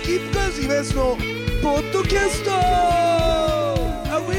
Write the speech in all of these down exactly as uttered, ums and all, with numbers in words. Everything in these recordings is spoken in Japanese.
キップカーズイベントのポッドキャストアウィ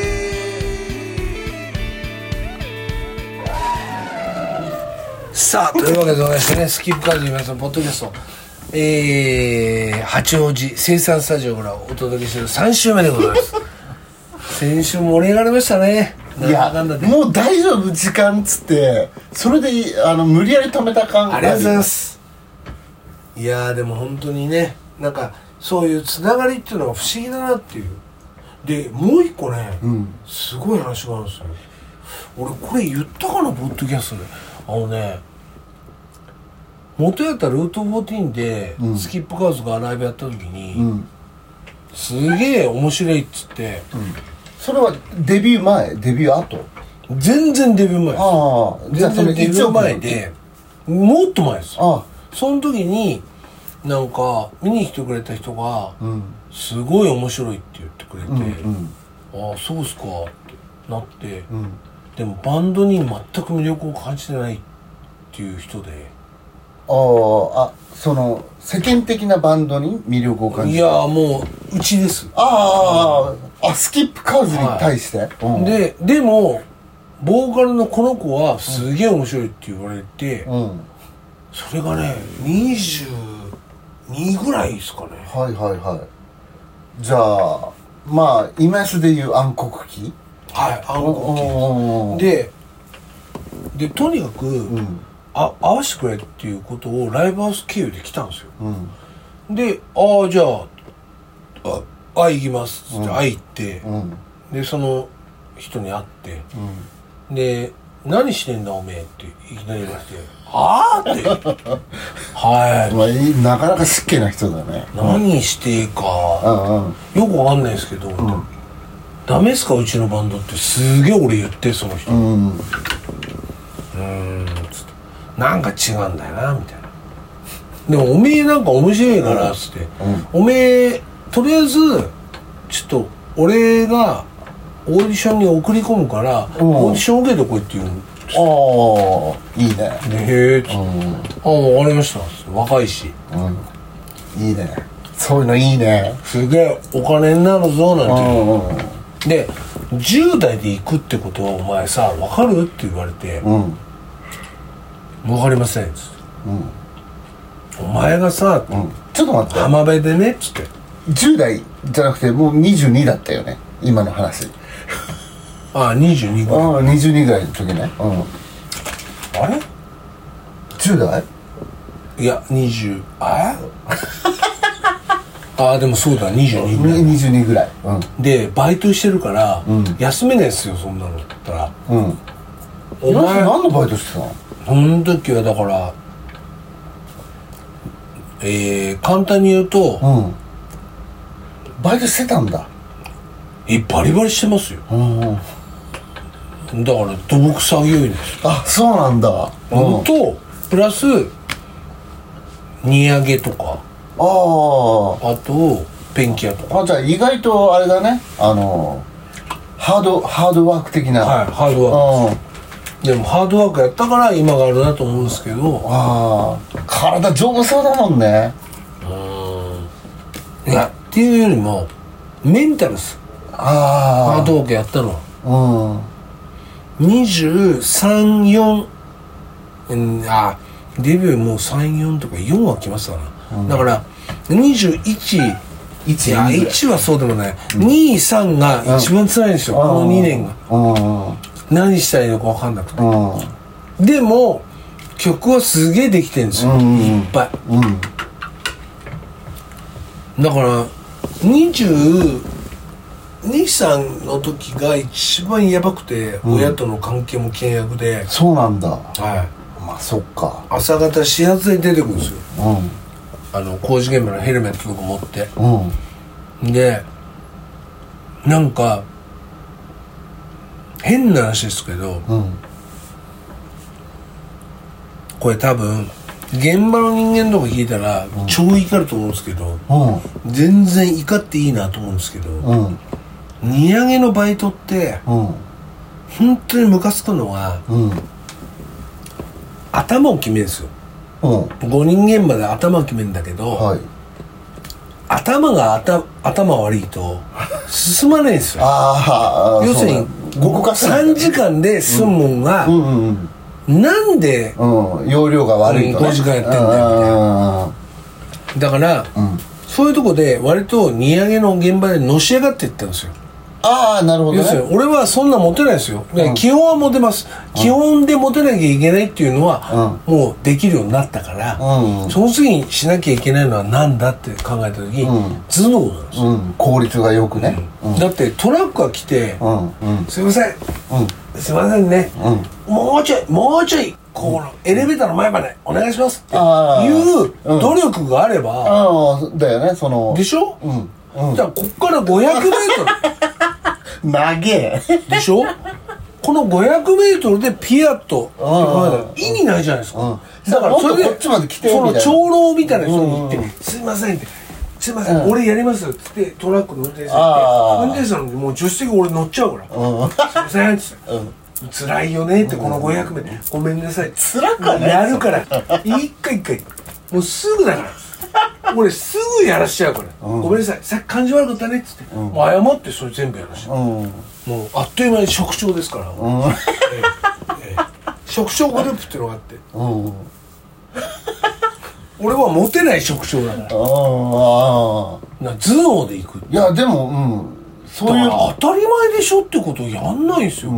ー。さあというわけでございましてね、スキップカーズイベントのポッドキャスト、えー、八王子生産スタジオからお届けしているさん週目でございます先週盛り上がりましたね。 いやもう大丈夫時間っつってそれであの無理やり止めた感がありがとうございます。いやーでも本当にね、なんかそういうつながりっていうのは不思議だなっていう。でもう一個ね、うん、すごい話があるんですよ。俺これ言ったかなポッドキャストで。あのね、元やったルートフォーティーンで、うん、スキップカーズがライブやった時に、うん、すげえ面白いっつって、うん、 それはデビュー前デビュー後全然デビュー前です。 ああ、 全然デビュー前でもっと前です。ああ、その時になんか見に来てくれた人が、うん、すごい面白いって言ってくれて、うんうん、ああそうっすかってなって、うん、でもバンドに全く魅力を感じてないっていう人で、 ああ、その世間的なバンドに魅力を感じて、 いやもううちです。 ああ、あ、スキップカーズに対して、はい、うん、ででもボーカルのこの子はすげえ面白いって言われて、うん、それがねにじゅうにぐらいですかね。 はいはいはい。じゃあまあイメージでいう暗黒期、 はい、暗黒期ででとにかく、うん、あ合わせてくれっていうことをライブハウス経由で来たんですよ、うん、でああじゃあああ行きますっつって、うん、あ行って、うん、でその人に会って、うん、で何してんだおめえっていきなり言われて、はぁってはい、 まあ、なかなか失敬な人だね。 何していいか、うんうん、よくわかんないですけど、うん、ダメっすかうちのバンドってすげえ俺言ってその人、うんうーんつってなんか違うんだよなみたいな。でもおめえなんか面白いからつって、うん、おめえとりあえずちょっと俺がオーディションに送り込むから、うん、オーディション受けてこいって言うんです。 ああ、いいね。 へえ、うん、ああ分かりました若いし、 うん、いいね、そういうのいいね、 すげえお金になるぞなんて言う、うん、でじゅう代で行くってことはお前さ分かるって言われて、うん、分かりませんっつって、うん、お前がさ、うん、 ちょっと待って浜辺でねっつってじゅう代じゃなくてもうにじゅうにだったよね今の話ああにじゅうにぐらい、ああにじゅうにぐらいの時ね、うん、 あれじゅう代いやにじゅうあああでもそうだにじゅうにぐらいにじゅうにぐらい、うん、 でバイトしてるから、うん、休めないですよそんなのだったら、うん、 お前何のバイトしてたのその時はだからえー、簡単に言うと、うん、 バイトしてたんだ。 えバリバリしてますよ、うん、だから土木作業員です。 あ、そうなんだ、 うん、とプラス荷上げとか、ああとペンキ屋とか。 あ、じゃあ意外とあれだね、あのハードハードワーク的な。 はい、ハードワークです。でもハードワークやったから今があるなと思うんですけど、 ああ体丈夫そうだもんね。 うん、いやっていうよりもメンタルです。ああハードワークやったのは、うん、にじゅうさん、よん、うん、あデビューもうさん、よんとかよんは来ましたから、うん、だからにじゅういち、いちいやいちはそうでもない、うん、に、さんが一番辛いんですよ、うん、このにねんが、うん、何したらいいのか分かんなくて、うん、でも曲はすげえできてるんですよ、うん、いっぱい、うん、だからにじゅうに、さんの時が一番やばくて、うん、親との関係も険悪で。 そうなんだ。 はい。 まあそっか。 朝方始発で出てくるんですよ、うん、あの工事現場のヘルメットとか持って、うん、でなんか変な話ですけど、うん、これ多分現場の人間とか聞いたら、うん、超怒ると思うんですけど、うん、全然怒っていいなと思うんですけど、うん荷上げのバイトって、うん、本当にムカつくのは、うん、頭を決めるんですよ、うん、ごにん現場で頭を決めるんだけど、はい、 頭が頭頭悪いと進まないんですよ。 ああ、 要するに動かさんじかんで済むもんが、うんうんうん、なんで、 うん、容量が悪いと、ね、 ごじかんやってんだよみたいな。だから、うん、そういうとこで割と荷上げの現場でのし上がっていったんですよ。 ああ、なるほど、ね、 要するに俺はそんなモテないですよ、うん、基本はモテます、うん、基本でモテなきゃいけないっていうのは、うん、もうできるようになったから、うんうん、その次にしなきゃいけないのは何だって考えた時、うん、頭脳なんですよ、うん、 効率がよくね、 うんうん、だってトラックが来て、うんうん、すいません、うん、すいませんね、うん、もうちょいもうちょいこのエレベーターの前までお願いしますっていう努力があれば、 ああだよね、そのでしょ、うんうん、じゃあこっからごひゃくメートル長えでしょ。このごひゃくメートルでピアッとって考えたら意味ないじゃないですか、うん、 だからそれでこっちまで来てその長老みたいな人に言って、うんうん、すいませんってすいません、うん、俺やりますって言ってトラックの運転手さんって運転手さんにもう助手席俺乗っちゃうから、うん、すいませんって言って、うん、辛いよねってこのごひゃくメートル、うん、ごめんなさい辛くはないやるから一回一回もうすぐだから俺すぐやらしちゃうから、うん、ごめんなさいさっき感じ悪かったねっつって、うん、もう謝ってそれ全部やらしちゃう、うん、もうあっという間に職長ですから、うんええええ、職長グループっていうのがあって、うん、俺はモテない職長だから、あな頭脳でいく。 いやでも、うん、そういうだから当たり前でしょってことをやんないんですよ、うん、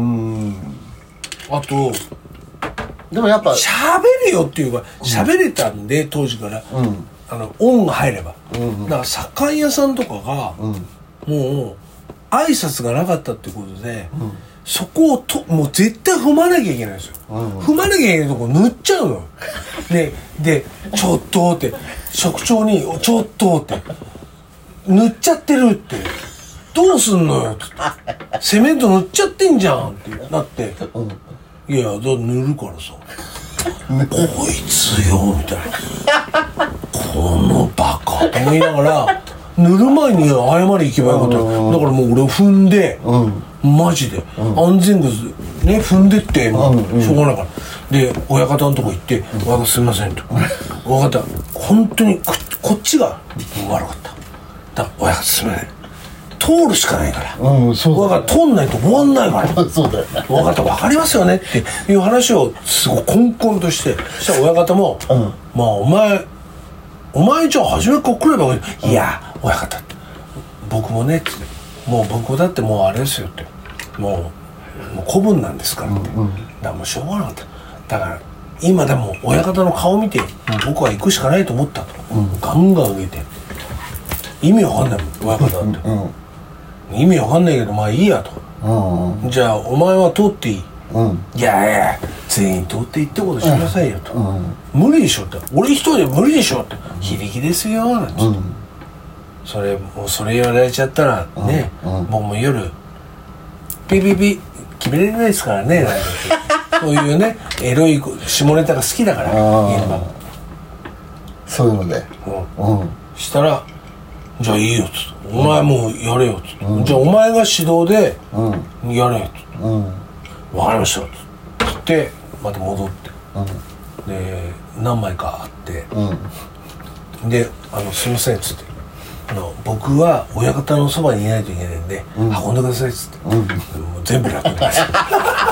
あとでもやっぱ喋れよっていうか喋れたんで、当時から、うん、あの音が入れば、うんうん、だから酒屋さんとかが、うん、もう挨拶がなかったってことで、うん、そこをともう絶対踏まなきゃいけないんですよ、うんうん、踏まなきゃいけないとこ塗っちゃうのででちょっとって職長にちょっとって塗っちゃってるってどうすんのよってセメント塗っちゃってんじゃんってなって、うん、いやだ塗るからさこいつよみたいなこのバカって思いながら塗る前に謝り行けばよかったよ。だからもう俺を踏んで、うん、マジで、うん、安全靴ね踏んでってもうしょうがないから、うん、で親方のとこ行って「親方すいません」と「親方本当に こ, こっちが悪かっただから親方すいません通るしかないから、うん、そうだね、親方通んないと終わんないからそうだよね親方分かりますよねっていう話をすごいコンコンとしてそしたら親方も、うん、まあお前お前じゃあ初めから来ればいい、うん、いや親方って僕もねってもう僕だってもうあれですよってもうもう子分なんですからって、うんうん、だからもうしょうがなかっただから今でも親方の顔見て、うん、僕は行くしかないと思ったと、うん、ガンガン上げて意味わかんないもん親方って、うんうん、意味わかんないけどまあいいやと、うんうん、じゃあお前は通っていい、うん、いやいや全員通っていいってことしてくださいよと、うんうん、無理でしょって俺一人で無理でしょって非力ですよなんて、うん、それもうそれ言われちゃったらね、うんうん、僕も夜ピピピ決めれないですからねなんてそういうねエロい下ネタが好きだから家のそういうので、 うんうん、したらじゃあいいよっつってお前もうやれよっつって、うん、じゃあお前が指導でやれよっつって、うん、分かりましたっつってまた戻って、うん、で何枚かあって、うん、であのすいませんっつってあの僕は親方のそばにいないといけないんで、うん、運んでくださいっつって、うん、もう全部楽になりました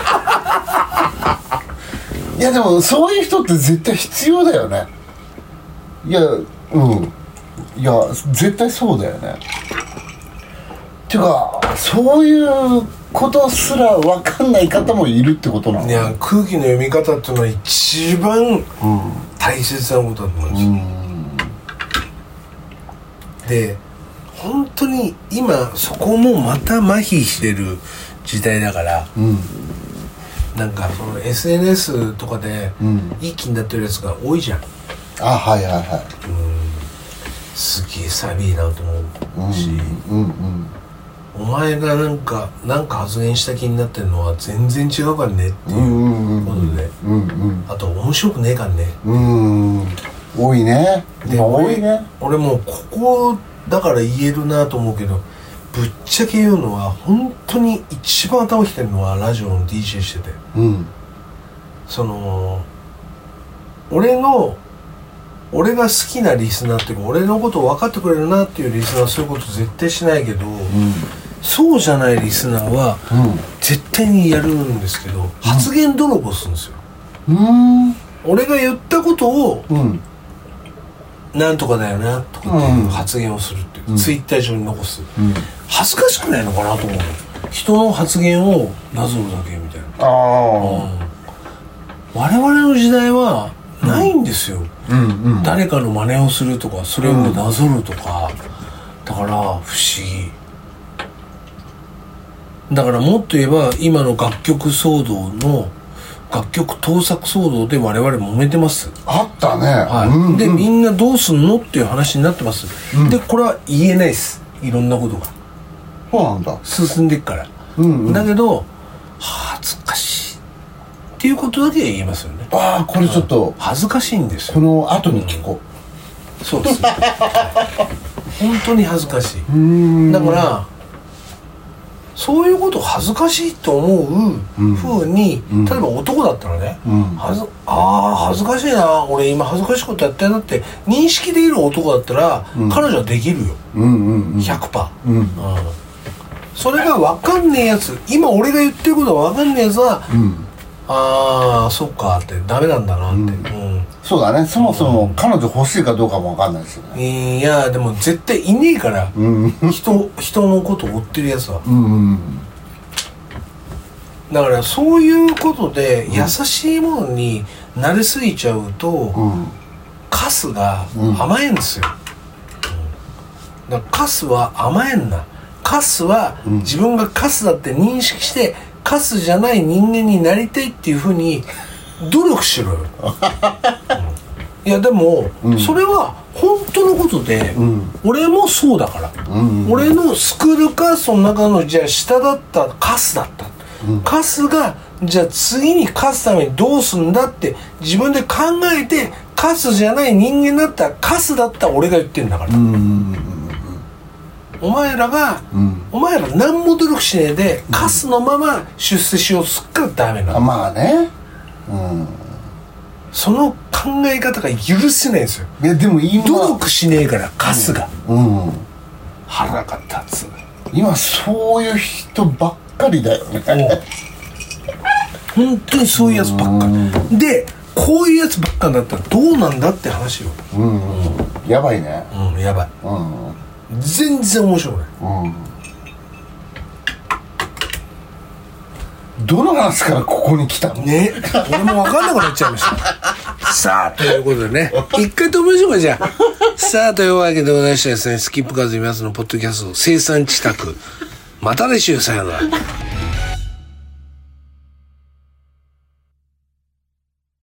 いやでもそういう人って絶対必要だよねいやうんいや絶対そうだよねっていうかそういうことすら分かんない方もいるってことなの。 いや空気の読み方っていうのは一番大切なことだと思うんですよ、うん、で本当に今そこもまた麻痺してる時代だから、うん、なんかその エスエヌエス とかでいい気になってるやつが多いじゃん、 あはいはいはい、 うんすげえサビーなと思うし、うんうんうん、お前がなんかなんか発言した気になってるのは全然違うからねっていうことで、うんうんうん、あと面白くねえからね、 うん多いねで多いね俺もうここだから言えるなと思うけどぶっちゃけ言うのは本当に一番頭きてるのはラジオの ディージェー してて、うん、その俺の俺が好きなリスナーっていうか俺のことを分かってくれるなっていうリスナーはそういうこと絶対しないけど、うん、そうじゃないリスナーは、うん、絶対にやるんですけど、うん、発言泥棒するんですよ。うん、俺が言ったことを、うん、なんとかだよなとかっていう発言をするっていう、うん、ツイッター上に残す、うん、恥ずかしくないのかなと思う。人の発言をなぞるだけみたいな。あ、うん、我々の時代はないんですよ、うんうんうん、誰かの真似をするとかそれをなぞるとか、うん、だから不思議だからもっと言えば今の楽曲騒動の楽曲盗作騒動で我々揉めてます。 あったね、 はい、うんうん、でみんなどうすんのっていう話になってます、うん、でこれは言えないです。いろんなことがそうなんだ進んでっから、うんうん、だけど恥ずかしいっていうことだけ言いますよね。 ああこれちょっと恥ずかしいんですよ。 この後に聞こう、うん、そうですね本当に恥ずかしい。うーんだからそういうこと恥ずかしいと思う風に、うん、例えば男だったらね、うん、はずあー恥ずかしいな俺今恥ずかしいことやってるなって認識できる男だったら、うん、彼女はできるよ、うんうんうん、ひゃくパーセント、うんうん、それが分かんねえやつ今俺が言ってることが分かんねえやつは、うん、ああそっかってダメなんだなって、うんうん、そうだねそもそも彼女欲しいかどうかも分かんないですよね。いやでも絶対いねえから、うん、人, 人のことを追ってるやつは、うんうん、だからそういうことで優しいものに慣れすぎちゃうと、うん、カスが甘えんですよ、うん、だからカスは甘えんな。カスは自分がカスだって認識してカスじゃない人間になりたいっていうふうに努力しろよ、うん、いやでも、うん、それは本当のことで、うん、俺もそうだから、うんうん、俺のスクールカーストの中のじゃあ下だったカスだった、うん、カスがじゃあ次にカスためにどうすんだって自分で考えてカスじゃない人間だったらカスだったら俺が言ってんだから、うんうん、お前らが、うん、お前ら何も努力しねえで、うん、カスのまま出世しようとすっからダメなの。 まあね、うん、 その考え方が許せないんですよ。 いやでも今努力しねえからカスが、うんうん、腹が立つ。 今そういう人ばっかりだよね本当にそういうやつばっかりでこういうやつばっかりだったらどうなんだって話よ、うんうん、やばいね、 うん、やばい、うん、全然面白くない、 うん、どの話からここに来たのね。俺も分かんなくなっちゃいましたさあということでね一回止めましょうかじゃあさあというわけでございましてですねスキップカーズ皆さんのポッドキャスト生産地宅また来週さよなら。